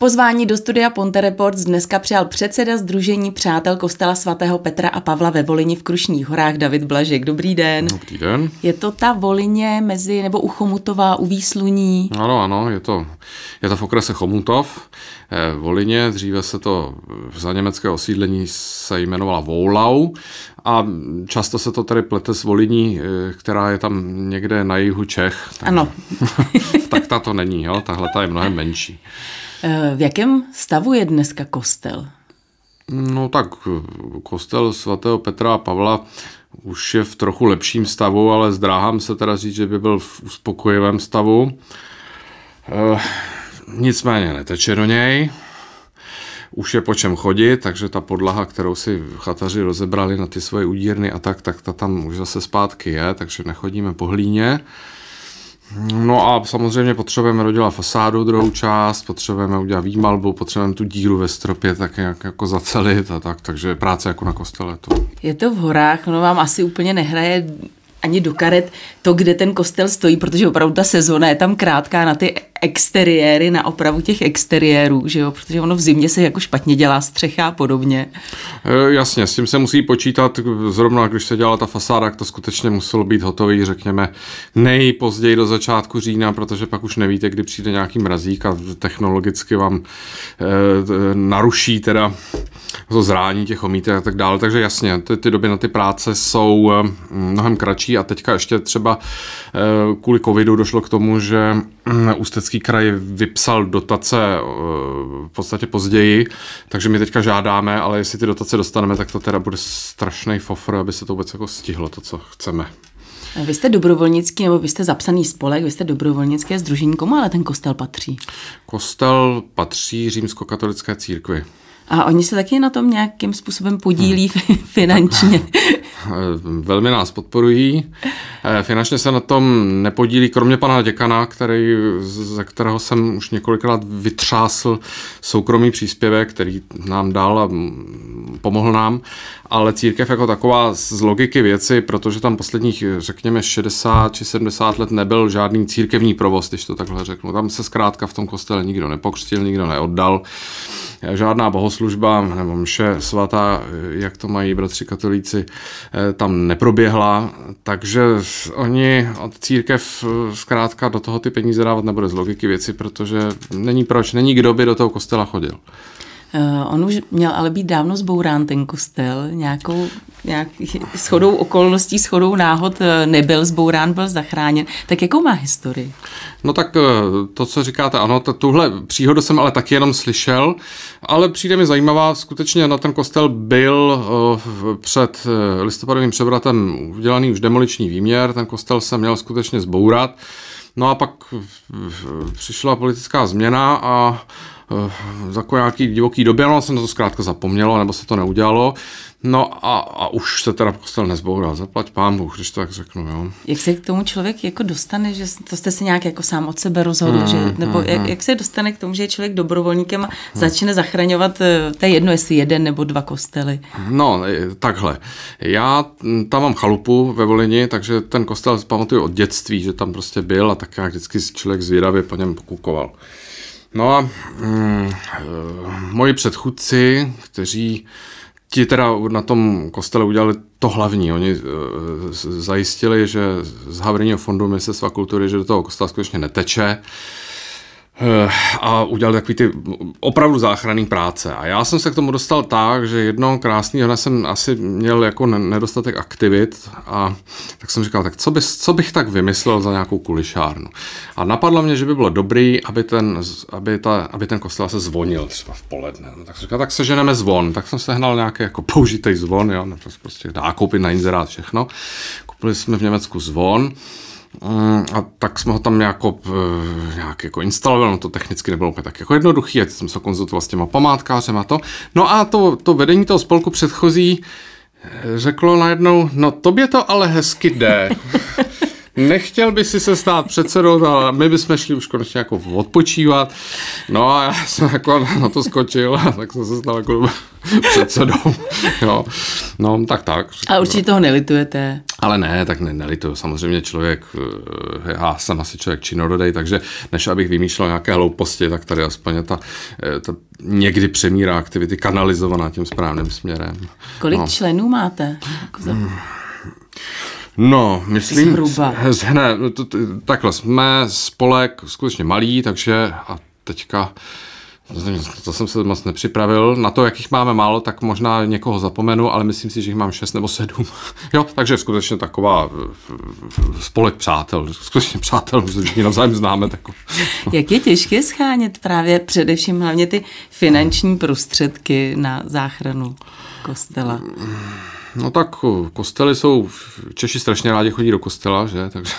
Pozvání do studia Ponte Reports dneska přijal předseda Sdružení přátel kostela svatého Petra a Pavla ve Volyni v Krušných horách David Blažek. Dobrý den. Dobrý den. Je to ta Volyně nebo u Chomutova, u Výsluní? Ano, je to v okrese Chomutov. Volyně, dříve se to za německého osídlení se jmenovala Voulau a často se to tady plete s Volyní, která je tam někde na jihu Čech. Ano. Tak ta to není, jo? Tahle ta je mnohem menší. V jakém stavu je dneska kostel? No tak kostel svatého Petra a Pavla už je v trochu lepším stavu, ale zdráhám se teda říct, že by byl v uspokojivém stavu. Nicméně neteče do něj. Už je po čem chodit, takže ta podlaha, kterou si chataři rozebrali na ty svoje udírny a tak ta tam už zase zpátky je, takže nechodíme po hlíně. No a samozřejmě potřebujeme dodělat fasádu, druhou část, potřebujeme udělat výmalbu, potřebujeme tu díru ve stropě tak jako zacelit a tak, takže práce jako na kostele. Je to v horách, no vám asi úplně nehraje ani do karet to, kde ten kostel stojí, protože opravdu ta sezóna je tam krátká na ty exteriéry, na opravu těch exteriérů, že jo, protože ono v zimě se jako špatně dělá střecha a podobně. Jasně, s tím se musí počítat, zrovna když se dělala ta fasáda, tak to skutečně muselo být hotový, řekněme, nejpozději do začátku října, protože pak už nevíte, kdy přijde nějaký mrazík a technologicky vám naruší teda to zrání těch omítek a tak dále, takže jasně, ty doby na ty práce jsou mnohem kratší a teďka ještě třeba kvůli covidu došlo k tomu, že Ústecký kraj vypsal dotace v podstatě později, takže my teďka žádáme, ale jestli ty dotace dostaneme, tak to teda bude strašný fofr, aby se to vůbec jako stihlo, to, co chceme. Vy jste dobrovolnický, nebo vy jste zapsaný spolek, vy jste dobrovolnické sdružení, komu ale ten kostel patří? Kostel patří římskokatolické církvi. A oni se taky na tom nějakým způsobem podílí finančně? Velmi nás podporují. Finančně se na tom nepodílí, kromě pana děkana, ze kterého jsem už několikrát vytřásl soukromý příspěvek, který nám dal a pomohl nám, ale církev jako taková z logiky věci, protože tam posledních, řekněme, 60 či 70 let nebyl žádný církevní provoz, když to takhle řeknu. Tam se zkrátka v tom kostele nikdo nepokřtil, nikdo neoddal. Žádná bohoslužba nebo mše svatá, jak to mají bratři katolíci, tam neproběhla, takže oni od církev zkrátka do toho ty peníze dávat nebude z logiky věci, protože není kdo by do toho kostela chodil. On už měl ale být dávno zbourán ten kostel, nějak shodou okolností, shodou náhod nebyl zbourán, byl zachráněn. Tak jakou má historii? No tak to, co říkáte, ano, tuhle příhodu jsem ale taky jenom slyšel, ale přijde mi zajímavá, skutečně na ten kostel byl před listopadovým převratem udělaný už demoliční výměr, ten kostel se měl skutečně zbourat, no a pak přišla politická změna a za nějaký divoký době, no se na to zkrátka zapomnělo, nebo se to neudělalo. No a už se teda kostel nezboural, zaplať pán Bůh, když to tak řeknu, jo. Jak se k tomu člověk jako dostane, že to jste si nějak jako sám od sebe rozhodl, nebo jak se dostane k tomu, že je člověk dobrovolníkem a začne zachraňovat, to je jedno, jestli jeden nebo dva kostely? No, takhle. Já tam mám chalupu ve Volyni, takže ten kostel pamatuju od dětství, že tam prostě byl a tak jak vždycky člověk zvědavě po něm pokukoval. No a moji předchůdci, kteří ti teda na tom kostele udělali to hlavní. Oni zajistili, že z Havarijního fondu Ministerstva kultury, že do toho kostela skutečně neteče a udělali takový ty opravdu záchranný práce. A já jsem se k tomu dostal tak, že jednoho krásného dne jsem asi měl jako nedostatek aktivit a tak jsem říkal, tak co bych tak vymyslel za nějakou kulišárnu. A napadlo mě, že by bylo dobrý, aby ten kostel se zvonil třeba v poledne. No, tak jsem říkal, tak seženeme zvon. Tak jsem sehnal nějaký jako použitej zvon, jo, prostě dá koupit na inzerát všechno. Koupili jsme v Německu zvon. A tak jsme ho tam nějak jako instalovali, no to technicky nebylo úplně tak jako jednoduchý, a jsem se konzultoval s těma památkářem a to. No a to vedení toho spolku předchozí řeklo najednou, no tobě to ale hezky jde. nechtěl by si se stát předsedou, ale my bychom šli už konečně jako odpočívat. No a já jsem jako na to skočil a tak jsem se stal jako předsedou. Jo. No, tak. A určitě toho nelitujete. Ale ne, tak nelituju. Samozřejmě člověk, já jsem asi člověk činorodej, takže než abych vymýšlel nějaké hlouposti, tak tady aspoň ta někdy přemíra aktivity kanalizovaná tím správným směrem. Kolik členů máte? No, myslím, zhruba. Takhle, jsme spolek skutečně malý, takže a teďka, to jsem se moc nepřipravil, na to, jakých máme málo, tak možná někoho zapomenu, ale myslím si, že jich mám 6 nebo 7. Jo, takže skutečně taková spolek přátel, skutečně přátel, že všichni navzájem známe. Jak je těžké schánět právě především hlavně ty finanční prostředky na záchranu kostela? No tak kostely jsou, Češi strašně rádi chodí do kostela, že, takže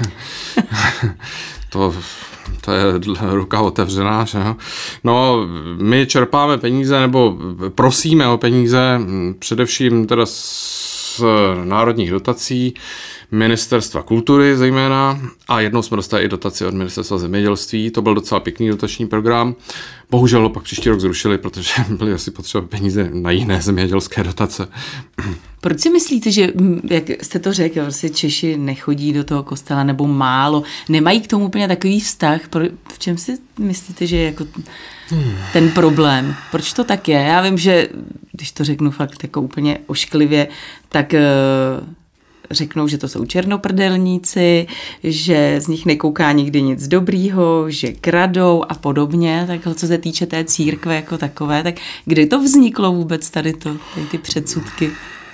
to je ruka otevřená, že jo. No, my čerpáme peníze, nebo prosíme o peníze, především teda z národních dotací, Ministerstva kultury zejména, a jednou jsme dostali i dotaci od Ministerstva zemědělství, to byl docela pěkný dotační program. Bohužel ho pak příští rok zrušili, protože byly asi potřeba peníze na jiné zemědělské dotace. Proč si myslíte, že, jak jste to řekl, vlastně Češi nechodí do toho kostela nebo málo, nemají k tomu úplně takový vztah? V čem si myslíte, že je jako ten problém? Proč to tak je? Já vím, že když to řeknu fakt jako úplně ošklivě, tak řeknou, že to jsou černoprdelníci, že z nich nekouká nikdy nic dobrýho, že kradou a podobně. Tak co se týče té církve jako takové, tak kdy to vzniklo vůbec tady ty předsudky?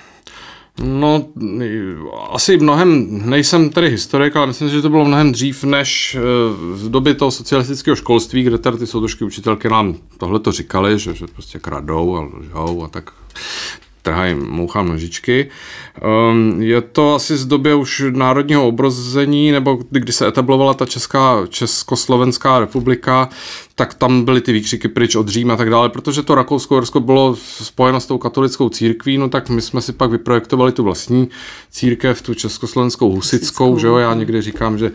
No, asi mnohem, nejsem tady historik, ale myslím si, že to bylo mnohem dřív než v době toho socialistického školství, kde tady ty soudružky učitelky nám tohle to říkali, že prostě kradou a lžou a tak trhají mouchám nožičky. Je to asi z doby už národního obrození, nebo kdy se etablovala ta Československá republika, tak tam byly ty výkřiky pryč od Říma a tak dále, protože to Rakousko-Uhersko bylo spojeno s tou katolickou církví, no tak my jsme si pak vyprojektovali tu vlastní církev, tu československou husitskou, že jo, já někdy říkám, že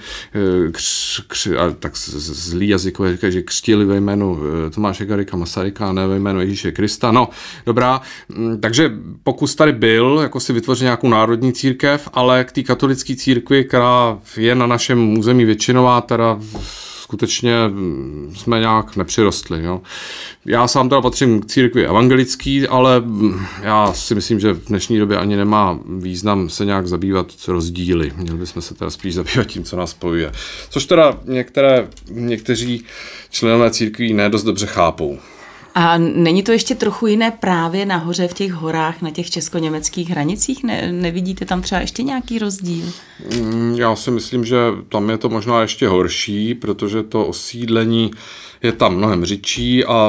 tak zlý jazykové říkají, že křtili ve jménu Tomáše Garrigua Masaryka a ne ve jménu Ježíše Krista, no dobrá, takže pokus tady byl, jako si vytvořit nějakou národní církev, ale k té katolické církvi, která je na našem území většinová, teda skutečně jsme nějak nepřirostli. Jo. Já sám teda patřím k církvi evangelický, ale já si myslím, že v dnešní době ani nemá význam se nějak zabývat rozdíly. Měli bychom se teda spíš zabývat tím, co nás spojuje. Což teda někteří členové církví ne dost dobře chápou. A není to ještě trochu jiné právě nahoře v těch horách, na těch česko-německých hranicích? Nevidíte tam třeba ještě nějaký rozdíl? Já si myslím, že tam je to možná ještě horší, protože to osídlení je tam mnohem řidčí a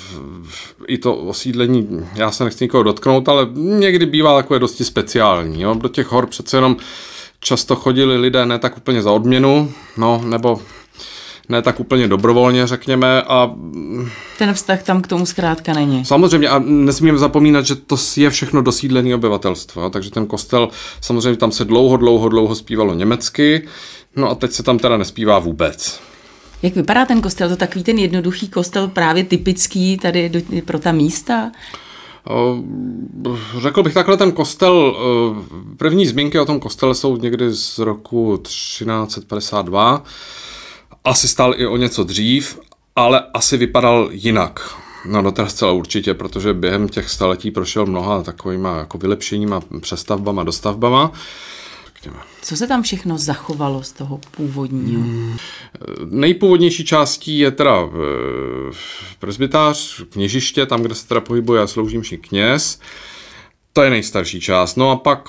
i to osídlení, já se nechci nikoho dotknout, ale někdy bývá takové dosti speciální. Jo? Do těch hor přece jenom často chodili lidé ne tak úplně za odměnu, no, nebo ne tak úplně dobrovolně, řekněme. A ten vztah tam k tomu zkrátka není. Samozřejmě a nesmíme zapomínat, že to je všechno dosídlené obyvatelstvo. Takže ten kostel, samozřejmě tam se dlouho zpívalo německy, no a teď se tam teda nespívá vůbec. Jak vypadá ten kostel? To takový ten jednoduchý kostel, právě typický tady pro ta místa? Řekl bych takhle, ten kostel, první zmínky o tom kostele jsou někdy z roku 1352, asi stál i o něco dřív, ale asi vypadal jinak. No teda zcela určitě, protože během těch staletí prošel mnoha takovýma jako vylepšeníma, přestavbama, dostavbama. Co se tam všechno zachovalo z toho původního? Nejpůvodnější částí je teda presbytář, kněžiště, tam, kde se teda pohybuje sloužímší kněz. To je nejstarší část. No a pak,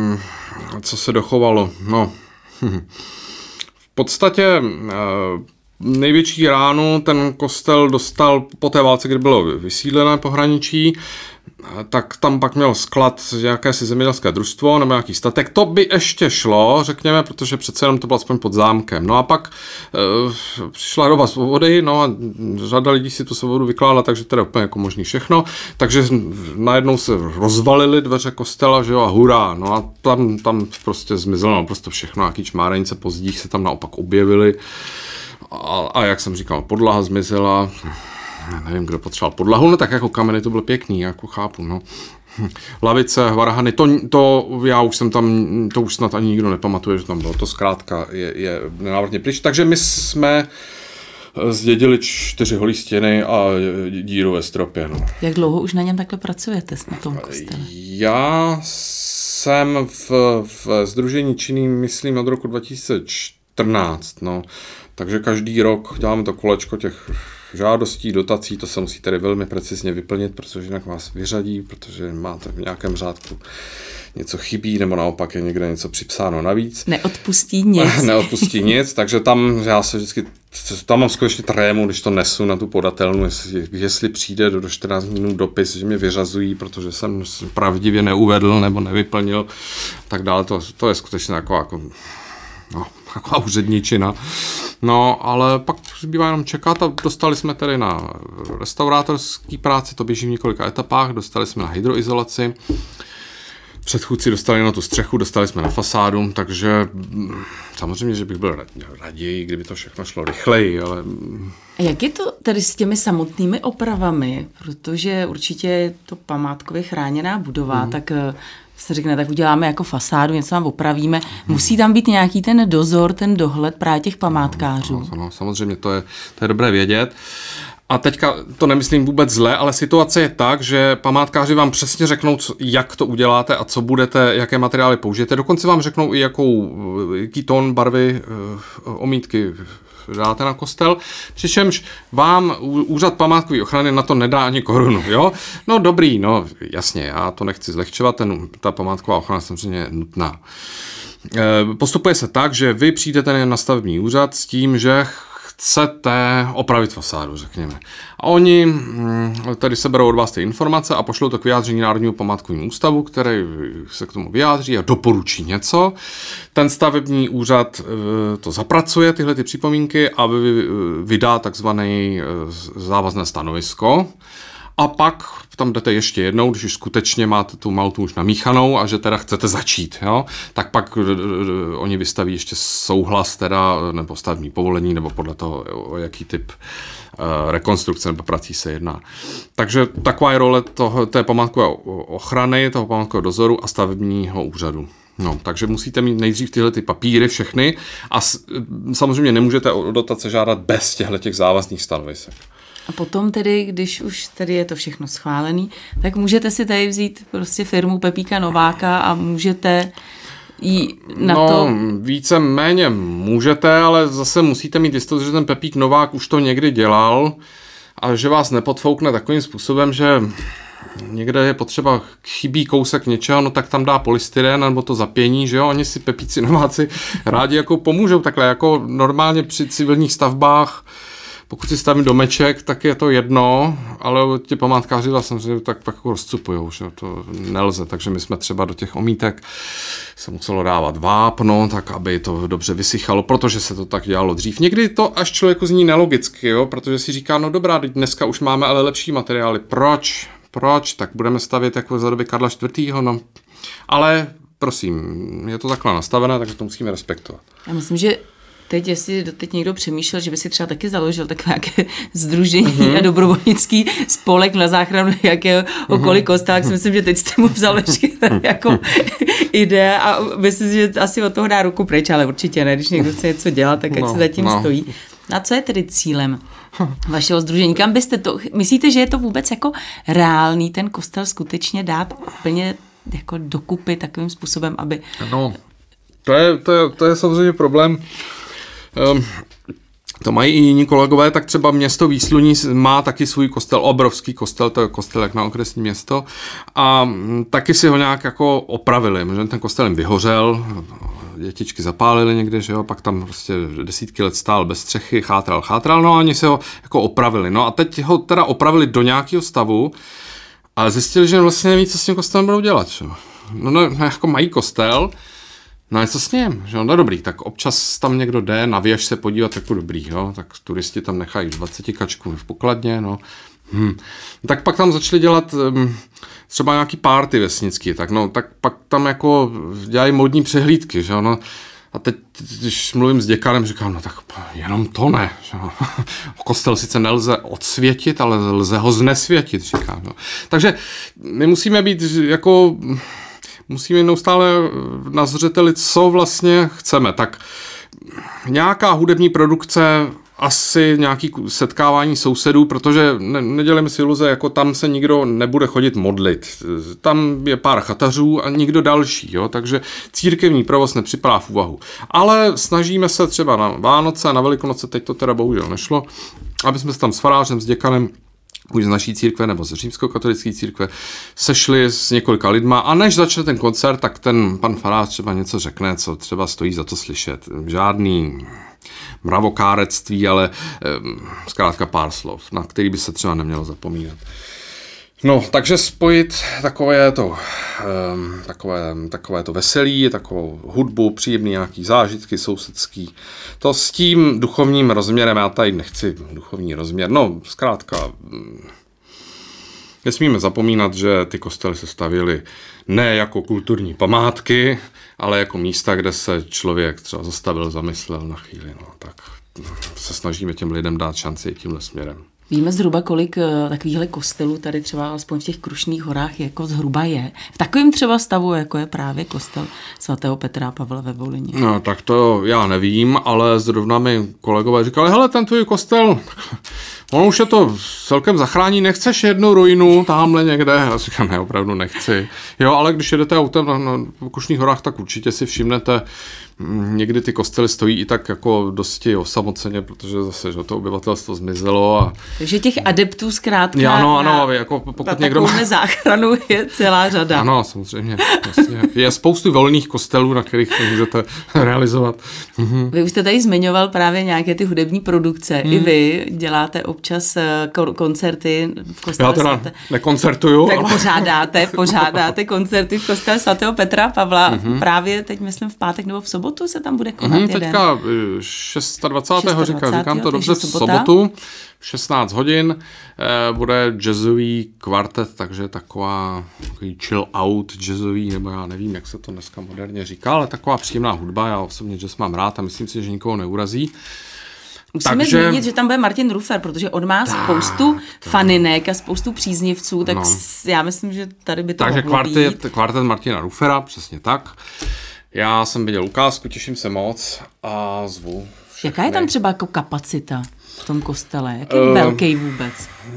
co se dochovalo? No, v podstatě největší ránu ten kostel dostal po té válce, kdy bylo vysídlené pohraničí, tak tam pak měl sklad jakési zemědělské družstvo nebo nějaký statek. To by ještě šlo, řekněme, protože přece jenom to bylo aspoň pod zámkem. No a pak přišla doba svobody, no a řada lidí si tu svobodu vykládala, takže to je úplně jako možný všechno. Takže najednou se rozvalily dveře kostela, že jo, a hurá. No a tam prostě zmizelo naprosto všechno, nějaký čmárenice pozdích se tam naopak objevily. A jak jsem říkal, podlaha zmizela. Nevím, kdo potřeboval podlahu, no tak jako kameny to bylo pěkný, jako chápu, no. Lavice, varhany, to já už jsem tam, to už snad ani nikdo nepamatuje, že tam bylo, to zkrátka je nenávratně pryč, takže my jsme zdědili 4 holí stěny a díru ve stropě, no. Jak dlouho už na něm takhle pracujete, na tom kostele? Já jsem v sdružení činným, myslím, od roku 2014, no. Takže každý rok děláme to kolečko těch žádostí, dotací, to se musí tady velmi precizně vyplnit, protože jinak vás vyřadí, protože máte v nějakém řádku něco chybí, nebo naopak je někde něco připsáno navíc. Neodpustí nic. Neodpustí nic, takže tam já se vždycky, tam mám skutečně trému, když to nesu na tu podatelnu, jestli přijde do 14 minut dopis, že mě vyřazují, protože jsem pravdivě neuvedl nebo nevyplnil, tak dále, to je skutečně taková úředničina. No, ale pak zbývá jenom čekat a dostali jsme tedy na restaurátorský práci, to běží v několika etapách, dostali jsme na hydroizolaci, předchůdci dostali na tu střechu, dostali jsme na fasádu, takže samozřejmě, že bych byl raději, kdyby to všechno šlo rychleji, ale... A jak je to tedy s těmi samotnými opravami? Protože určitě je to památkově chráněná budova, tak se řekne, tak uděláme jako fasádu, něco tam opravíme. Musí tam být nějaký ten dozor, ten dohled právě těch památkářů. No, samozřejmě, to je dobré vědět. A teďka to nemyslím vůbec zle, ale situace je tak, že památkáři vám přesně řeknou, jak to uděláte a co budete, jaké materiály použijete. Dokonce vám řeknou i jaký tón barvy omítky dáte na kostel, přičemž vám úřad památkové ochrany na to nedá ani korunu, jo? No dobrý, no jasně, já to nechci zlehčovat, ta památková ochrana samozřejmě je nutná. Postupuje se tak, že vy přijdete na stavební úřad s tím, že chcete opravit fasádu, řekněme. A oni tady seberou od vás ty informace a pošlou to k vyjádření Národního památkovému ústavu, který se k tomu vyjádří a doporučí něco. Ten stavební úřad to zapracuje, tyhle ty připomínky, a vydá takzvané závazné stanovisko. A pak tam jdete ještě jednou, když už skutečně máte tu maltu už namíchanou a že teda chcete začít, jo? Tak pak oni vystaví ještě souhlas teda, nebo stavební povolení, nebo podle toho, o jaký typ rekonstrukce nebo prací se jedná. Takže taková je role té památkové ochrany, toho památkového dozoru a stavebního úřadu. No, takže musíte mít nejdřív tyhle ty papíry všechny a samozřejmě nemůžete o dotace žádat bez těchto závazných stanovisek. A potom tedy, když už tady je to všechno schválený, tak můžete si tady vzít prostě firmu Pepíka Nováka a můžete jí na to... více méně můžete, ale zase musíte mít jistotu, že ten Pepík Novák už to někdy dělal a že vás nepodfoukne takovým způsobem, že někde je potřeba, chybí kousek něčeho, no tak tam dá polystyren nebo to zapění, že jo, oni si Pepíci Nováci rádi jako pomůžou takhle, jako normálně při civilních stavbách. Pokud si stavím domeček, tak je to jedno, ale ti památkáři vlastně tak jako rozcupujou, že to nelze, takže my jsme třeba do těch omítek se muselo dávat vápno, tak aby to dobře vysychalo, protože se to tak dělalo dřív. Někdy to až člověku zní nelogicky, jo, protože si říká, no dobrá, dneska už máme ale lepší materiály, proč, tak budeme stavět jako za doby Karla IV. No, ale prosím, je to takhle nastavené, takže to musíme respektovat. Já myslím, že jestli teď někdo přemýšlel, že by si třeba taky založil takové nějaké sdružení a dobrovolnický spolek na záchranu jakéhokoliv kostela, tak si myslím, že teď jste mu vzali jako idea a myslím, že asi od toho dá ruku pryč, ale určitě ne, když někdo chce něco dělat, tak ať se zatím stojí. A co je tedy cílem vašeho sdružení? Kam byste to, myslíte, že je to vůbec jako reálný ten kostel skutečně dát úplně jako dokupy takovým způsobem, aby... No, to je samozřejmě problém. To mají i jiní kolegové, tak třeba město Výsluní má taky svůj kostel, obrovský kostel, to je kostel jak na okresní město, a taky si ho nějak jako opravili, že ten kostel jim vyhořel, dětičky zapálili někde, že jo, pak tam prostě desítky let stál bez střechy, chátral, no a oni se ho jako opravili. No a teď ho teda opravili do nějakého stavu, ale zjistili, že vlastně neví, co s tím kostelem budou dělat, že jo. No, jako mají kostel, no a co s ním, že jo, no dobrý, tak občas tam někdo jde, na věž se podívat jako dobrý, jo, tak turisti tam nechají 20 kačků v pokladně, no. Tak pak tam začali dělat třeba nějaký party vesnický, tak pak tam jako dělají módní přehlídky, že jo, no. A teď, když mluvím s děkanem, říkám, no tak jenom to ne, že jo. Kostel sice nelze odsvětit, ale lze ho znesvětit, říkám, no. Takže my musíme být jako, musíme neustále na zřeteli, co vlastně chceme, tak nějaká hudební produkce, asi nějaký setkávání sousedů, protože nedělejme si iluze, jako tam se nikdo nebude chodit modlit. Tam je pár chatařů a nikdo další, jo? Takže církevní provoz nepřipadá v úvahu. Ale snažíme se třeba na Vánoce, na Velikonoce, teď to teda bohužel nešlo, aby jsme se tam s farářem, s děkanem, buď z naší církve nebo z římskokatolické církve, sešli s několika lidma a než začne ten koncert, tak ten pan farář třeba něco řekne, co třeba stojí za to slyšet. Žádný mravokárectví, ale zkrátka pár slov, na který by se třeba nemělo zapomínat. No, takže spojit takové to veselí, takovou hudbu, příjemný nějaký zážitky sousedský, to s tím duchovním rozměrem, já tady nechci duchovní rozměr, no, zkrátka, nesmíme zapomínat, že ty kostely se stavěly ne jako kulturní památky, ale jako místa, kde se člověk třeba zastavil, zamyslel na chvíli, no, tak se snažíme těm lidem dát šanci tímhle směrem. Víme zhruba, kolik takovýchhle kostelů tady třeba alespoň v těch Krušných horách jako zhruba je. V takovém třeba stavu, jako je právě kostel svatého Petra a Pavla ve Volyni. No, tak to já nevím, ale zrovna mi kolegové říkali, hele, ten tvůj kostel, on už je to celkem zachrání, nechceš jednu ruinu tamhle někde? Já si říkám, ne, opravdu nechci. Jo, ale když jedete autem na Krušných horách, tak určitě si všimnete, někdy ty kostely stojí i tak jako dosti osamoceně, protože zase, že to obyvatelstvo zmizelo. A takže těch adeptů zkrátka ano, jako pokud někdo má záchranu je celá řada. Ano, samozřejmě. Vlastně. Je spoustu volných kostelů, na kterých to můžete realizovat. Vy už jste tady zmiňoval právě nějaké ty hudební produkce. I vy děláte občas koncerty v kostele. Já teda nekoncertuju. Tak ale pořádáte koncerty v kostele svatého Petra a Pavla. Právě teď myslím v pátek nebo v sobotu se tam bude konat jeden. Teďka 26. říkám to dobře, v sobotu. 16 hodin bude jazzový kvartet, takže takový chill out jazzový, nebo já nevím, jak se to dneska moderně říká, ale taková příjemná hudba, já osobně jazz mám rád a myslím si, že nikoho neurazí. Musíme zmínit, že tam bude Martin Rufer, protože on má spoustu faninek a spoustu příznivců, tak já myslím, že tady by to mohlo být. Takže kvartet Martina Rufera, přesně tak. Já jsem viděl ukázku, těším se moc a zvu všechny. Jaká je tam třeba jako kapacita v tom kostele? Jak je velký vůbec?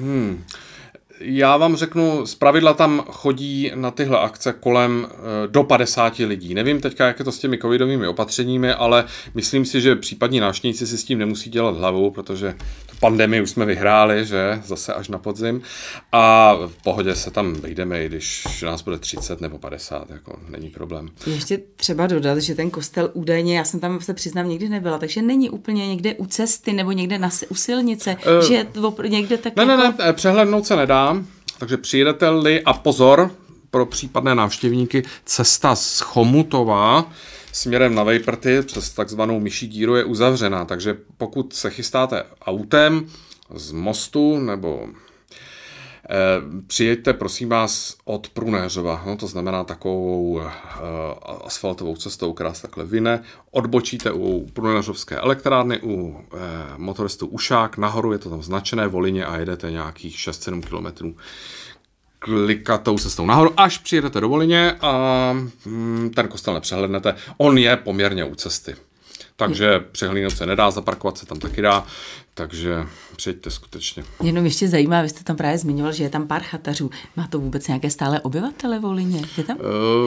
Já vám řeknu, zpravidla tam chodí na tyhle akce kolem do 50 lidí. Nevím teďka, jak je to s těmi covidovými opatřeními, ale myslím si, že případní návštěvníci si s tím nemusí dělat hlavu, protože tu pandemii už jsme vyhráli, že zase až na podzim. A v pohodě se tam vejdeme, i když nás bude 30 nebo 50, jako není problém. Ještě třeba dodat, že ten kostel údajně, já jsem tam se přiznám nikdy nebyla, takže není úplně někde u cesty nebo někde u silnice, že je někde tak Ne, přehlédnout se nedá. Takže přijedete-li, a pozor, pro případné návštěvníky, cesta z Chomutova směrem na Vejprty přes takzvanou Myší díru je uzavřená, takže pokud se chystáte autem z mostu nebo přijeďte, prosím vás, od Prunéřova, no to znamená takovou asfaltovou cestou, která se takhle vyne, odbočíte u Prunéřovské elektrárny, u motoristu Ušák, nahoru je to tam značené Volyně a jedete nějakých 6-7 kilometrů klikatou cestou nahoru, až přijedete do Volyně a ten kostel nepřehlednete, on je poměrně u cesty. Takže přehlídnout se nedá, zaparkovat se tam taky dá, takže přijďte skutečně. Jenom ještě zajímá, vy jste tam právě zmiňoval, že je tam pár chatařů. Má to vůbec nějaké stále obyvatele Volyně? Je tam?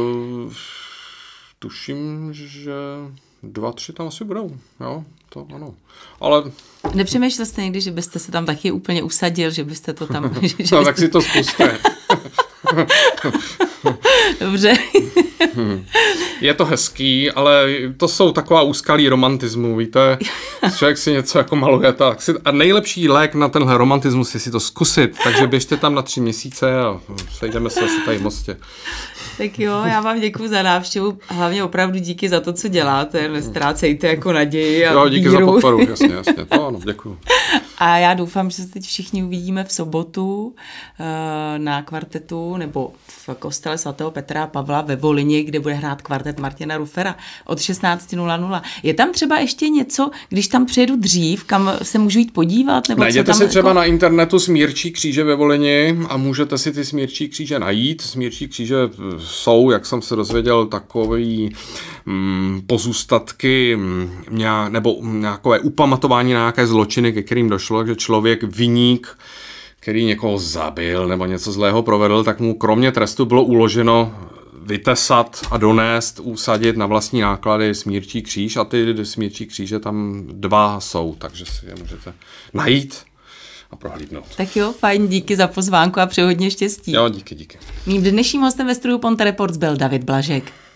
Tuším, že 2-3 tam asi budou, jo, to ano. Ale nepřemýšlel jste někdy, že byste se tam taky úplně usadil, že byste to tam... tak si to zkuste. Dobře. Je to hezký, ale to jsou taková úskalí romantismu, víte? Člověk si něco jako maluje, tak si, a nejlepší lék na tenhle romantismus je si to zkusit, takže běžte tam na 3 měsíce a sejdeme se asi tady v Mostě. Tak jo, já vám děkuji za návštěvu, hlavně opravdu díky za to, co děláte, nestrácejte jako naději a jo, díky víru. za podporu, jasně, to ano, děkuji. A já doufám, že se teď všichni uvidíme v sobotu na kvartetu nebo v kostele svatého Petra a Pavla ve Volyni, kde bude hrát kvartet Martina Ruffera od 16:00. Je tam třeba ještě něco, když tam přijedu dřív, kam se můžu jít podívat? Nebo najděte co tam si třeba jako... na internetu Smírčí kříže ve Volyni a můžete si ty Smírčí kříže najít. Smírčí kříže jsou, jak jsem se dozvěděl, takový pozůstatky nebo nějakové upamatování na nějaké zločiny, ke kterým došlo, takže člověk, viník, který někoho zabil nebo něco zlého provedl, tak mu kromě trestu bylo uloženo vytesat a donést, usadit na vlastní náklady Smírčí kříž a ty Smírčí kříže tam 2 jsou, takže si je můžete najít a prohlídnout. Tak jo, fajn, díky za pozvánku a přeji hodně štěstí. Jo, díky. Mým dnešním hostem ve studiu Ponte Reports byl David Blažek.